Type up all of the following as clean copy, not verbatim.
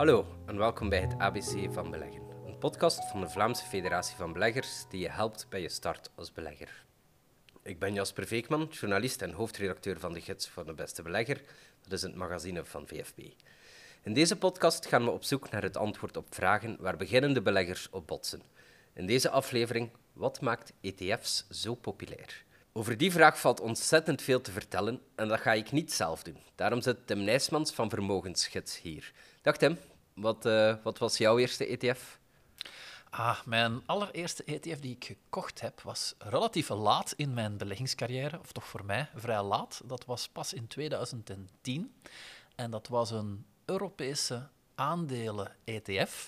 Hallo en welkom bij het ABC van Beleggen, een podcast van de Vlaamse Federatie van Beleggers die je helpt bij je start als belegger. Ik ben Jasper Veekman, journalist en hoofdredacteur van de Gids voor de Beste Belegger, dat is het magazine van VFB. In deze podcast gaan we op zoek naar het antwoord op vragen waar beginnende beleggers op botsen. In deze aflevering, wat maakt ETF's zo populair? Over die vraag valt ontzettend veel te vertellen en dat ga ik niet zelf doen. Daarom zit Tim Nijsmans van Vermogensgids hier. Dag Tim, wat was jouw eerste ETF? Mijn allereerste ETF die ik gekocht heb, was relatief laat in mijn beleggingscarrière, of toch voor mij vrij laat. Dat was pas in 2010 en dat was een Europese aandelen-ETF.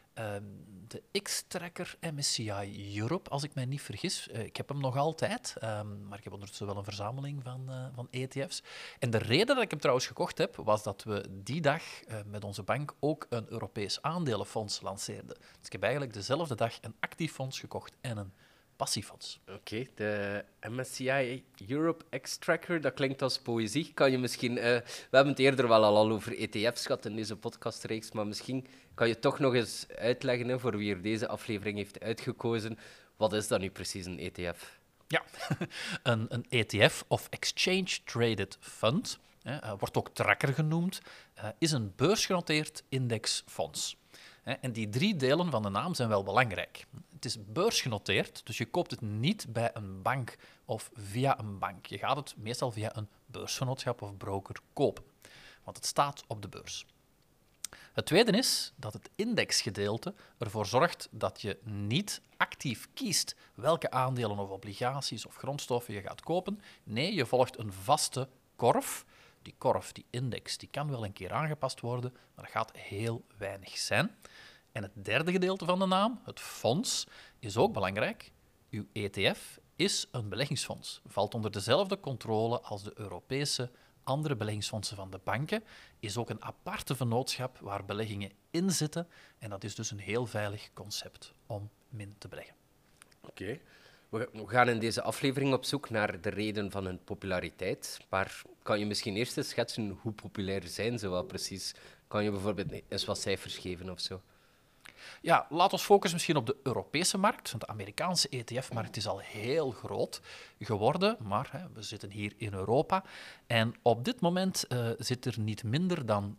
De X-Tracker MSCI Europe, als ik mij niet vergis. Ik heb hem nog altijd, maar ik heb ondertussen wel een verzameling van ETF's. En de reden dat ik hem trouwens gekocht heb, was dat we die dag met onze bank ook een Europees aandelenfonds lanceerden. Dus ik heb eigenlijk dezelfde dag een actief fonds gekocht en een passiefonds. Oké, de MSCI Europe X-Tracker, dat klinkt als poëzie. Kan je misschien... we hebben het eerder wel al over ETF's gehad in deze podcastreeks, maar misschien kan je toch nog eens uitleggen, hè, voor wie er deze aflevering heeft uitgekozen. Wat is dat nu precies, een ETF? Ja, een ETF of Exchange Traded Fund, wordt ook tracker genoemd, is een beursgenoteerd indexfonds. En die drie delen van de naam zijn wel belangrijk. Het is beursgenoteerd, dus je koopt het niet bij een bank of via een bank. Je gaat het meestal via een beursgenootschap of broker kopen, want het staat op de beurs. Het tweede is dat het indexgedeelte ervoor zorgt dat je niet actief kiest welke aandelen of obligaties of grondstoffen je gaat kopen. Nee, je volgt een vaste korf. Die korf, die index, die kan wel een keer aangepast worden, maar dat gaat heel weinig zijn. En het derde gedeelte van de naam, het fonds, is ook belangrijk. Uw ETF is een beleggingsfonds. Valt onder dezelfde controle als de Europese andere beleggingsfondsen van de banken, is ook een aparte vennootschap waar beleggingen in zitten. En dat is dus een heel veilig concept om in te beleggen. Oké. We gaan in deze aflevering op zoek naar de reden van hun populariteit. Maar kan je misschien eerst eens schetsen hoe populair zijn ze wel precies? Kan je bijvoorbeeld eens wat cijfers geven of zo? Ja, laten we focussen misschien op de Europese markt. Want de Amerikaanse ETF-markt is al heel groot geworden, maar we zitten hier in Europa. En op dit moment zit er niet minder dan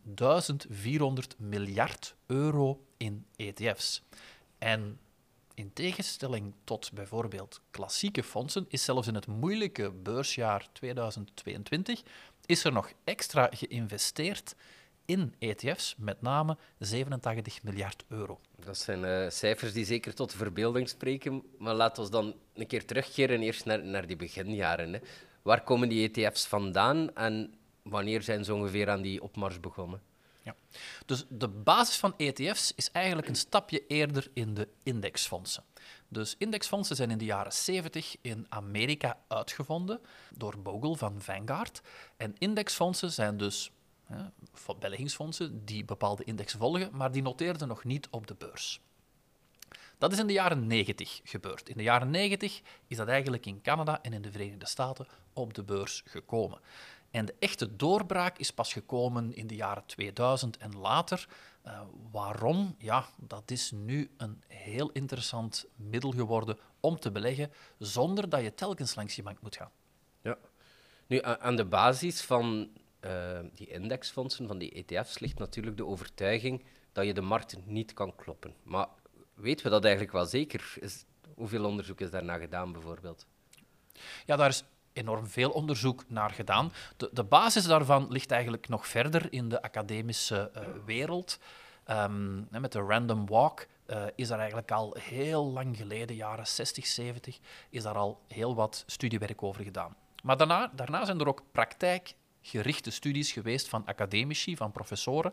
1400 miljard euro in ETF's. En in tegenstelling tot bijvoorbeeld klassieke fondsen, is zelfs in het moeilijke beursjaar 2022 is er nog extra geïnvesteerd in ETF's, met name 87 miljard euro. Dat zijn cijfers die zeker tot de verbeelding spreken. Maar laten we dan een keer terugkeren eerst naar die beginjaren. Hè. Waar komen die ETF's vandaan en wanneer zijn ze ongeveer aan die opmars begonnen? Ja. Dus de basis van ETF's is eigenlijk een stapje eerder in de indexfondsen. Dus indexfondsen zijn in de jaren 70 in Amerika uitgevonden door Bogle van Vanguard. En indexfondsen zijn dus beleggingsfondsen die bepaalde index volgen, maar die noteerden nog niet op de beurs. Dat is in de jaren 90 gebeurd. In de jaren 90 is dat eigenlijk in Canada en in de Verenigde Staten op de beurs gekomen. En de echte doorbraak is pas gekomen in de jaren 2000 en later. Waarom? Ja, dat is nu een heel interessant middel geworden om te beleggen, zonder dat je telkens langs je bank moet gaan. Ja. Nu, aan de basis van die indexfondsen, van die ETF's, ligt natuurlijk de overtuiging dat je de markt niet kan kloppen. Maar weten we dat eigenlijk wel zeker? Hoeveel onderzoek is daarna gedaan, bijvoorbeeld? Ja, daar is enorm veel onderzoek naar gedaan. De basis daarvan ligt eigenlijk nog verder in de academische wereld. Met de Random Walk is er eigenlijk al heel lang geleden, jaren 60, 70, is daar al heel wat studiewerk over gedaan. Maar daarna zijn er ook praktijkgerichte studies geweest van academici, van professoren,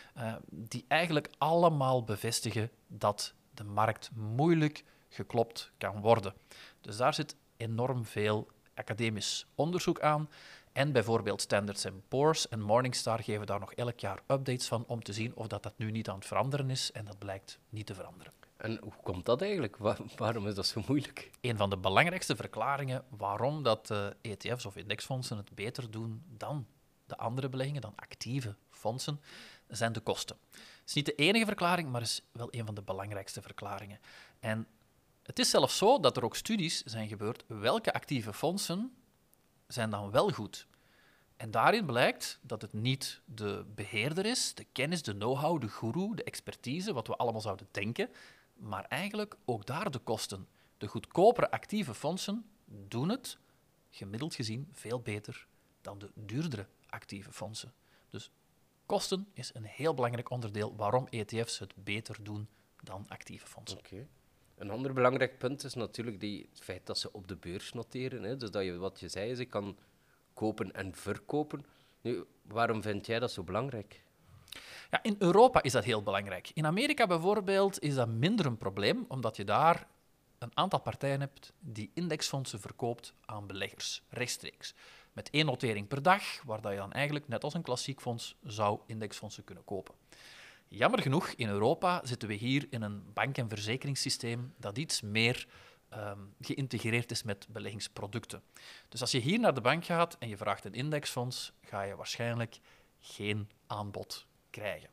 die eigenlijk allemaal bevestigen dat de markt moeilijk geklopt kan worden. Dus daar zit enorm veel academisch onderzoek aan. En bijvoorbeeld Standard & Poor's en Morningstar geven daar nog elk jaar updates van om te zien of dat nu niet aan het veranderen is. En dat blijkt niet te veranderen. En hoe komt dat eigenlijk? Waarom is dat zo moeilijk? Een van de belangrijkste verklaringen waarom dat ETF's of indexfondsen het beter doen dan de andere beleggingen, dan actieve fondsen, zijn de kosten. is niet de enige verklaring, maar is wel een van de belangrijkste verklaringen. En het is zelfs zo dat er ook studies zijn gebeurd welke actieve fondsen zijn dan wel goed. En daarin blijkt dat het niet de beheerder is, de kennis, de know-how, de guru, de expertise, wat we allemaal zouden denken, maar eigenlijk ook daar de kosten. De goedkopere actieve fondsen doen het, gemiddeld gezien, veel beter dan de duurdere actieve fondsen. Dus kosten is een heel belangrijk onderdeel waarom ETF's het beter doen dan actieve fondsen. Oké. Een ander belangrijk punt is natuurlijk het feit dat ze op de beurs noteren. Hè? Dus dat je, wat je zei, ze kan kopen en verkopen. Nu, waarom vind jij dat zo belangrijk? Ja, in Europa is dat heel belangrijk. In Amerika bijvoorbeeld is dat minder een probleem, omdat je daar een aantal partijen hebt die indexfondsen verkoopt aan beleggers, rechtstreeks. Met 1 notering per dag, waar dat je dan eigenlijk, net als een klassiek fonds, zou indexfondsen kunnen kopen. Jammer genoeg, in Europa zitten we hier in een bank- en verzekeringssysteem dat iets meer geïntegreerd is met beleggingsproducten. Dus als je hier naar de bank gaat en je vraagt een indexfonds, ga je waarschijnlijk geen aanbod krijgen.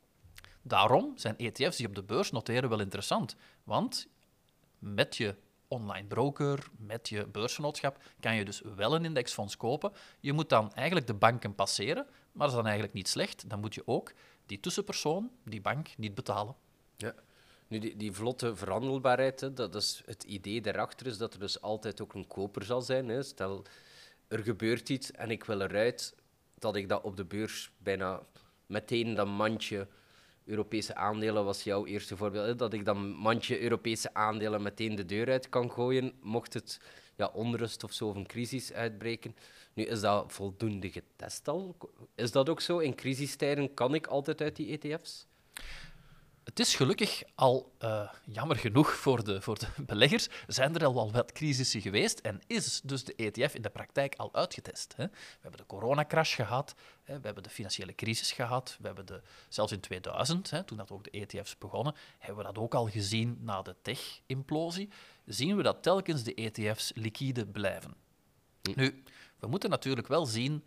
Daarom zijn ETF's die op de beurs noteren wel interessant, want met je online broker, met je beursgenootschap, kan je dus wel een indexfonds kopen. Je moet dan eigenlijk de banken passeren, maar dat is dan eigenlijk niet slecht. Dan moet je ook die tussenpersoon, die bank, niet betalen. Ja. Nu, die vlotte verhandelbaarheid, hè, dat is het idee daarachter is dat er dus altijd ook een koper zal zijn. Hè. Stel, er gebeurt iets en ik wil eruit, dat ik dat op de beurs bijna meteen dat mandje Europese aandelen was jouw eerste voorbeeld, hè, dat ik dat mandje Europese aandelen meteen de deur uit kan gooien, mocht het onrust of zo of een crisis uitbreken. Nu, is dat voldoende getest al? Is dat ook zo? In crisistijden kan ik altijd uit die ETF's? Het is gelukkig al jammer genoeg voor de beleggers. Zijn er al wel wat crisissen geweest en is dus de ETF in de praktijk al uitgetest. Hè? We hebben de coronacrash gehad, hè? We hebben de financiële crisis gehad, we hebben zelfs in 2000, hè, toen dat ook de ETF's begonnen, hebben we dat ook al gezien na de tech-implosie. Zien we dat telkens de ETF's liquide blijven. Nu, we moeten natuurlijk wel zien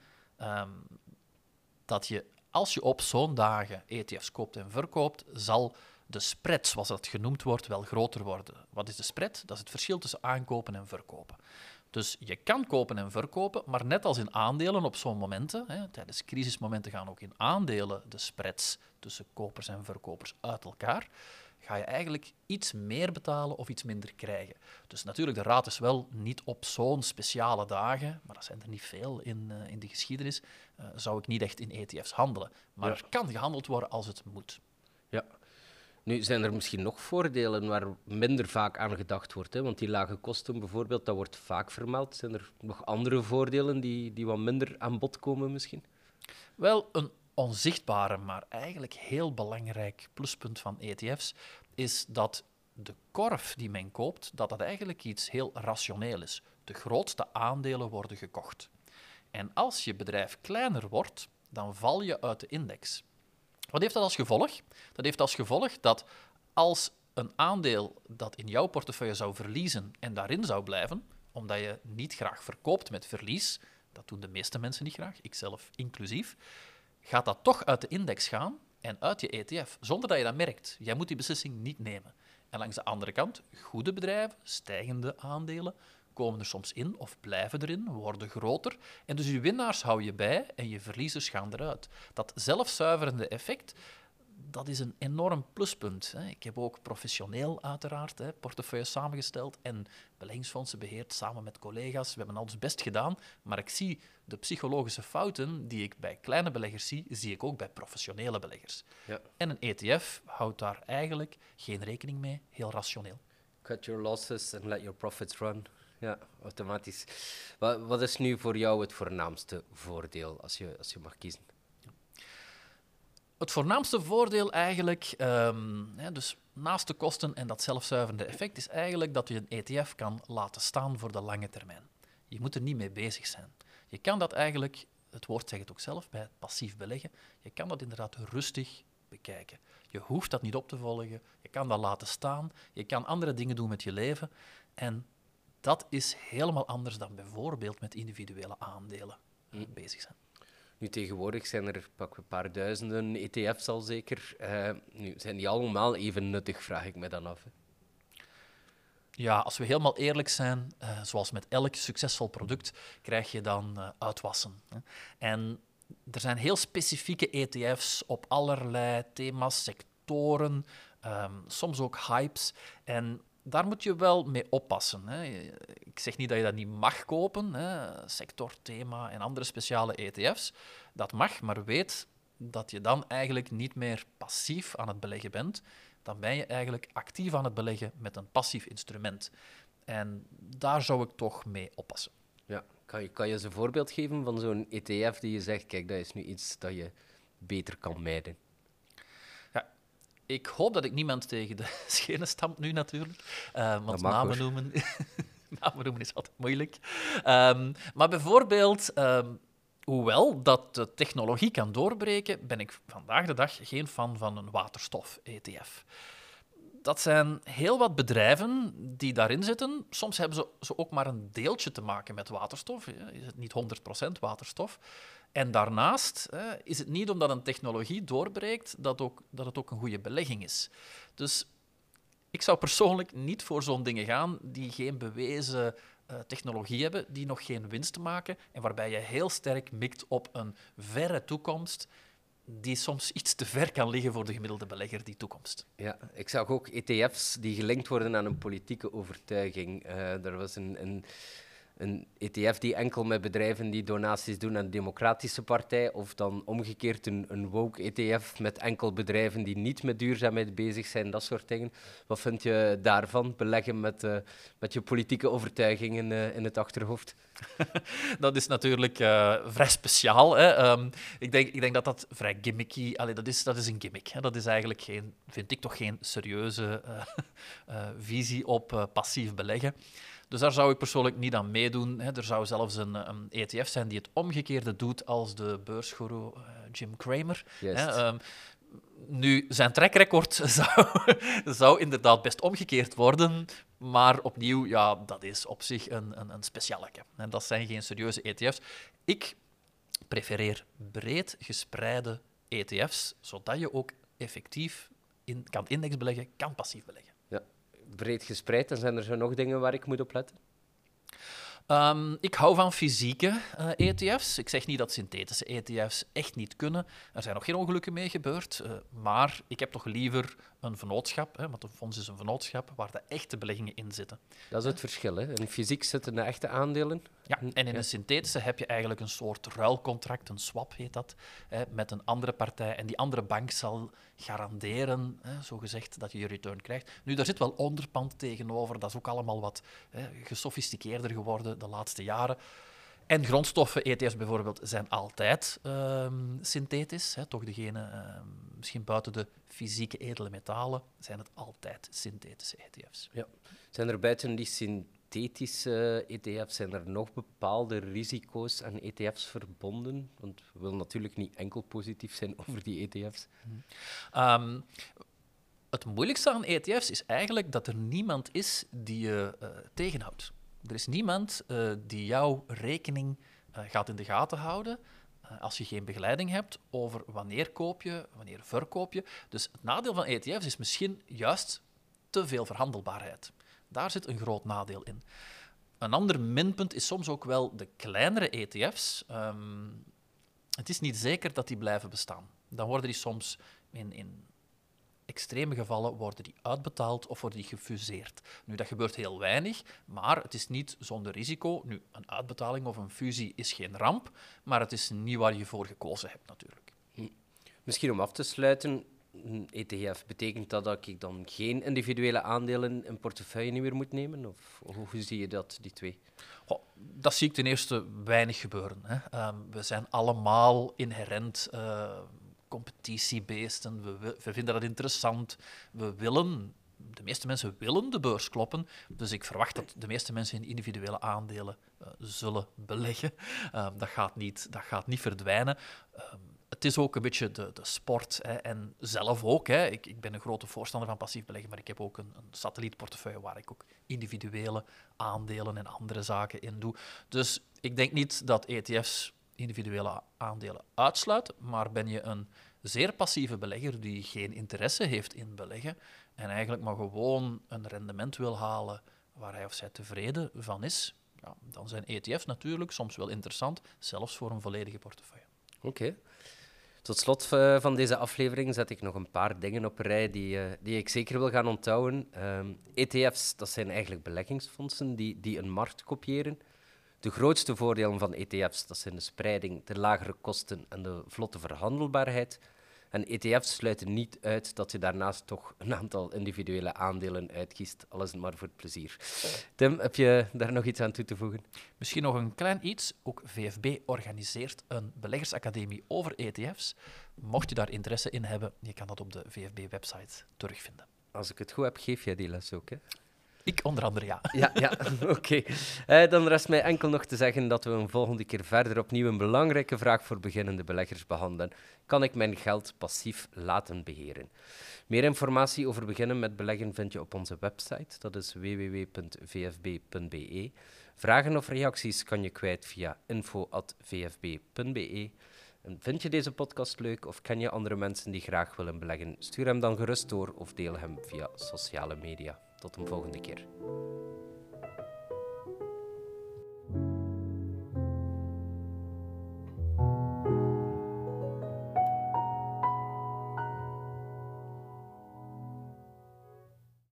dat je, als je op zo'n dagen ETF's koopt en verkoopt, zal de spread, zoals dat genoemd wordt, wel groter worden. Wat is de spread? Dat is het verschil tussen aankopen en verkopen. Dus je kan kopen en verkopen, maar net als in aandelen op zo'n momenten, hè, tijdens crisismomenten gaan ook in aandelen de spreads tussen kopers en verkopers uit elkaar, ga je eigenlijk iets meer betalen of iets minder krijgen. Dus natuurlijk, de raad is wel niet op zo'n speciale dagen, maar dat zijn er niet veel in de geschiedenis, zou ik niet echt in ETF's handelen. Maar er kan gehandeld worden als het moet. Ja. Nu, zijn er misschien nog voordelen waar minder vaak aan gedacht wordt? Hè? Want die lage kosten bijvoorbeeld, dat wordt vaak vermeld. Zijn er nog andere voordelen die wat minder aan bod komen misschien? Wel, een onzichtbare, maar eigenlijk heel belangrijk pluspunt van ETF's is dat de korf die men koopt, dat eigenlijk iets heel rationeel is. De grootste aandelen worden gekocht. En als je bedrijf kleiner wordt, dan val je uit de index. Wat heeft dat als gevolg? Dat heeft als gevolg dat als een aandeel dat in jouw portefeuille zou verliezen en daarin zou blijven, omdat je niet graag verkoopt met verlies, dat doen de meeste mensen niet graag, ikzelf inclusief, gaat dat toch uit de index gaan en uit je ETF, zonder dat je dat merkt. Jij moet die beslissing niet nemen. En langs de andere kant, goede bedrijven, stijgende aandelen, komen er soms in of blijven erin, worden groter. En dus je winnaars hou je bij en je verliezers gaan eruit. Dat zelfzuiverende effect, dat is een enorm pluspunt. Ik heb ook professioneel uiteraard portefeuilles samengesteld en beleggingsfondsen beheerd samen met collega's. We hebben al ons best gedaan, maar ik zie de psychologische fouten die ik bij kleine beleggers zie ik ook bij professionele beleggers. Ja. En een ETF houdt daar eigenlijk geen rekening mee, heel rationeel. Cut your losses and let your profits run. Ja, automatisch. Wat is nu voor jou het voornaamste voordeel, als je mag kiezen? Het voornaamste voordeel eigenlijk, dus naast de kosten en dat zelfzuiverende effect, is eigenlijk dat je een ETF kan laten staan voor de lange termijn. Je moet er niet mee bezig zijn. Je kan dat eigenlijk, het woord zegt het ook zelf, bij het passief beleggen, je kan dat inderdaad rustig bekijken. Je hoeft dat niet op te volgen, je kan dat laten staan, je kan andere dingen doen met je leven en dat is helemaal anders dan bijvoorbeeld met individuele aandelen bezig zijn. Nu, tegenwoordig zijn er pakweg een paar duizenden ETF's al zeker. Nu, zijn die allemaal even nuttig, vraag ik me dan af. Hè. Ja, als we helemaal eerlijk zijn, zoals met elk succesvol product, krijg je dan uitwassen. Hè. En er zijn heel specifieke ETF's op allerlei thema's, sectoren, soms ook hypes. En daar moet je wel mee oppassen. Hè. Ik zeg niet dat je dat niet mag kopen, hè. Sector, thema en andere speciale ETF's. Dat mag, maar weet dat je dan eigenlijk niet meer passief aan het beleggen bent. Dan ben je eigenlijk actief aan het beleggen met een passief instrument. En daar zou ik toch mee oppassen. Ja. Kan je eens een voorbeeld geven van zo'n ETF die je zegt, kijk, dat is nu iets dat je beter kan mijden? Ja, ik hoop dat ik niemand tegen de schenen stamp nu natuurlijk. Want mag, namen hoor. noemen, namen noemen is altijd moeilijk. Maar bijvoorbeeld, hoewel dat de technologie kan doorbreken, ben ik vandaag de dag geen fan van een waterstof-ETF. Dat zijn heel wat bedrijven die daarin zitten. Soms hebben ze ook maar een deeltje te maken met waterstof. Is het niet 100% waterstof? En daarnaast is het niet omdat een technologie doorbreekt dat het ook een goede belegging is. Dus ik zou persoonlijk niet voor zo'n dingen gaan die geen bewezen technologie hebben, die nog geen winst maken en waarbij je heel sterk mikt op een verre toekomst die soms iets te ver kan liggen voor de gemiddelde belegger, die toekomst. Ja, ik zag ook ETF's die gelinkt worden aan een politieke overtuiging. Er was een ETF die enkel met bedrijven die donaties doen aan de Democratische Partij, of dan omgekeerd een woke-ETF met enkel bedrijven die niet met duurzaamheid bezig zijn, dat soort dingen. Wat vind je daarvan, beleggen met je politieke overtuigingen in het achterhoofd? Dat is natuurlijk vrij speciaal. Hè. Ik denk dat dat vrij gimmicky... Allee, dat is een gimmick. Hè. Dat is eigenlijk vind ik toch geen serieuze visie op passief beleggen. Dus daar zou ik persoonlijk niet aan meedoen. Hè. Er zou zelfs een ETF zijn die het omgekeerde doet als de beursgoeroe Jim Cramer. Hè. Nu, zijn trackrecord zou inderdaad best omgekeerd worden, maar opnieuw, ja, dat is op zich een specialeke. En dat zijn geen serieuze ETF's. Ik prefereer breed gespreide ETF's, zodat je ook effectief kan indexbeleggen, kan passief beleggen. Ja, breed gespreid. En zijn er zo nog dingen waar ik moet op letten? Ik hou van fysieke ETF's. Ik zeg niet dat synthetische ETF's echt niet kunnen. Er zijn nog geen ongelukken mee gebeurd. Maar ik heb toch liever een vennootschap, want een fonds is een vennootschap, waar de echte beleggingen in zitten. Dat is het verschil. Hè? In fysiek zitten de echte aandelen. Ja, en in een synthetische heb je eigenlijk een soort ruilcontract, een swap heet dat, met een andere partij. En die andere bank zal garanderen, zogezegd, dat je je return krijgt. Nu, daar zit wel onderpand tegenover. Dat is ook allemaal wat gesofisticeerder geworden de laatste jaren. En grondstoffen, ETF's bijvoorbeeld, zijn altijd synthetisch. Toch degene, misschien buiten de fysieke edele metalen, zijn het altijd synthetische ETF's. Ja. Zijn er buiten die synthetische ETF's, zijn er nog bepaalde risico's aan ETF's verbonden? Want we willen natuurlijk niet enkel positief zijn over die ETF's. Het moeilijkste aan ETF's is eigenlijk dat er niemand is die je tegenhoudt. Er is niemand die jouw rekening gaat in de gaten houden als je geen begeleiding hebt over wanneer koop je, wanneer verkoop je. Dus het nadeel van ETF's is misschien juist te veel verhandelbaarheid. Daar zit een groot nadeel in. Een ander minpunt is soms ook wel de kleinere ETF's. Het is niet zeker dat die blijven bestaan. Dan worden die soms in extreme gevallen worden die uitbetaald of worden die gefuseerd. Nu, dat gebeurt heel weinig, maar het is niet zonder risico. Nu, een uitbetaling of een fusie is geen ramp, maar het is niet waar je voor gekozen hebt natuurlijk. Misschien om af te sluiten, een ETF, betekent dat dat ik dan geen individuele aandelen in portefeuille meer moet nemen? Of hoe zie je dat, die twee? Dat zie ik ten eerste weinig gebeuren. Hè. We zijn allemaal inherent competitiebeesten, we vinden dat interessant. De meeste mensen willen de beurs kloppen, dus ik verwacht dat de meeste mensen in individuele aandelen zullen beleggen. Dat gaat niet verdwijnen. Het is ook een beetje de sport. Hè, en zelf ook. Hè. Ik ben een grote voorstander van passief beleggen, maar ik heb ook een satellietportefeuille waar ik ook individuele aandelen en andere zaken in doe. Dus ik denk niet dat ETF's individuele aandelen uitsluit, maar ben je een zeer passieve belegger die geen interesse heeft in beleggen en eigenlijk maar gewoon een rendement wil halen waar hij of zij tevreden van is, ja, dan zijn ETF's natuurlijk soms wel interessant, zelfs voor een volledige portefeuille. Oké. Tot slot van deze aflevering zet ik nog een paar dingen op een rij die ik zeker wil gaan onthouden. ETF's, dat zijn eigenlijk beleggingsfondsen die een markt kopiëren. De grootste voordelen van ETF's, dat zijn de spreiding, de lagere kosten en de vlotte verhandelbaarheid. En ETF's sluiten niet uit dat je daarnaast toch een aantal individuele aandelen uitkiest, al is het maar voor het plezier. Tim, heb je daar nog iets aan toe te voegen? Misschien nog een klein iets. Ook VFB organiseert een beleggersacademie over ETF's. Mocht je daar interesse in hebben, je kan dat op de VFB-website terugvinden. Als ik het goed heb, geef jij die les ook, hè? Ik onder andere, ja. Ja, oké. Dan rest mij enkel nog te zeggen dat we een volgende keer verder opnieuw een belangrijke vraag voor beginnende beleggers behandelen. Kan ik mijn geld passief laten beheren? Meer informatie over beginnen met beleggen vind je op onze website. Dat is www.vfb.be. Vragen of reacties kan je kwijt via info@vfb.be. En vind je deze podcast leuk of ken je andere mensen die graag willen beleggen? Stuur hem dan gerust door of deel hem via sociale media. Tot een volgende keer.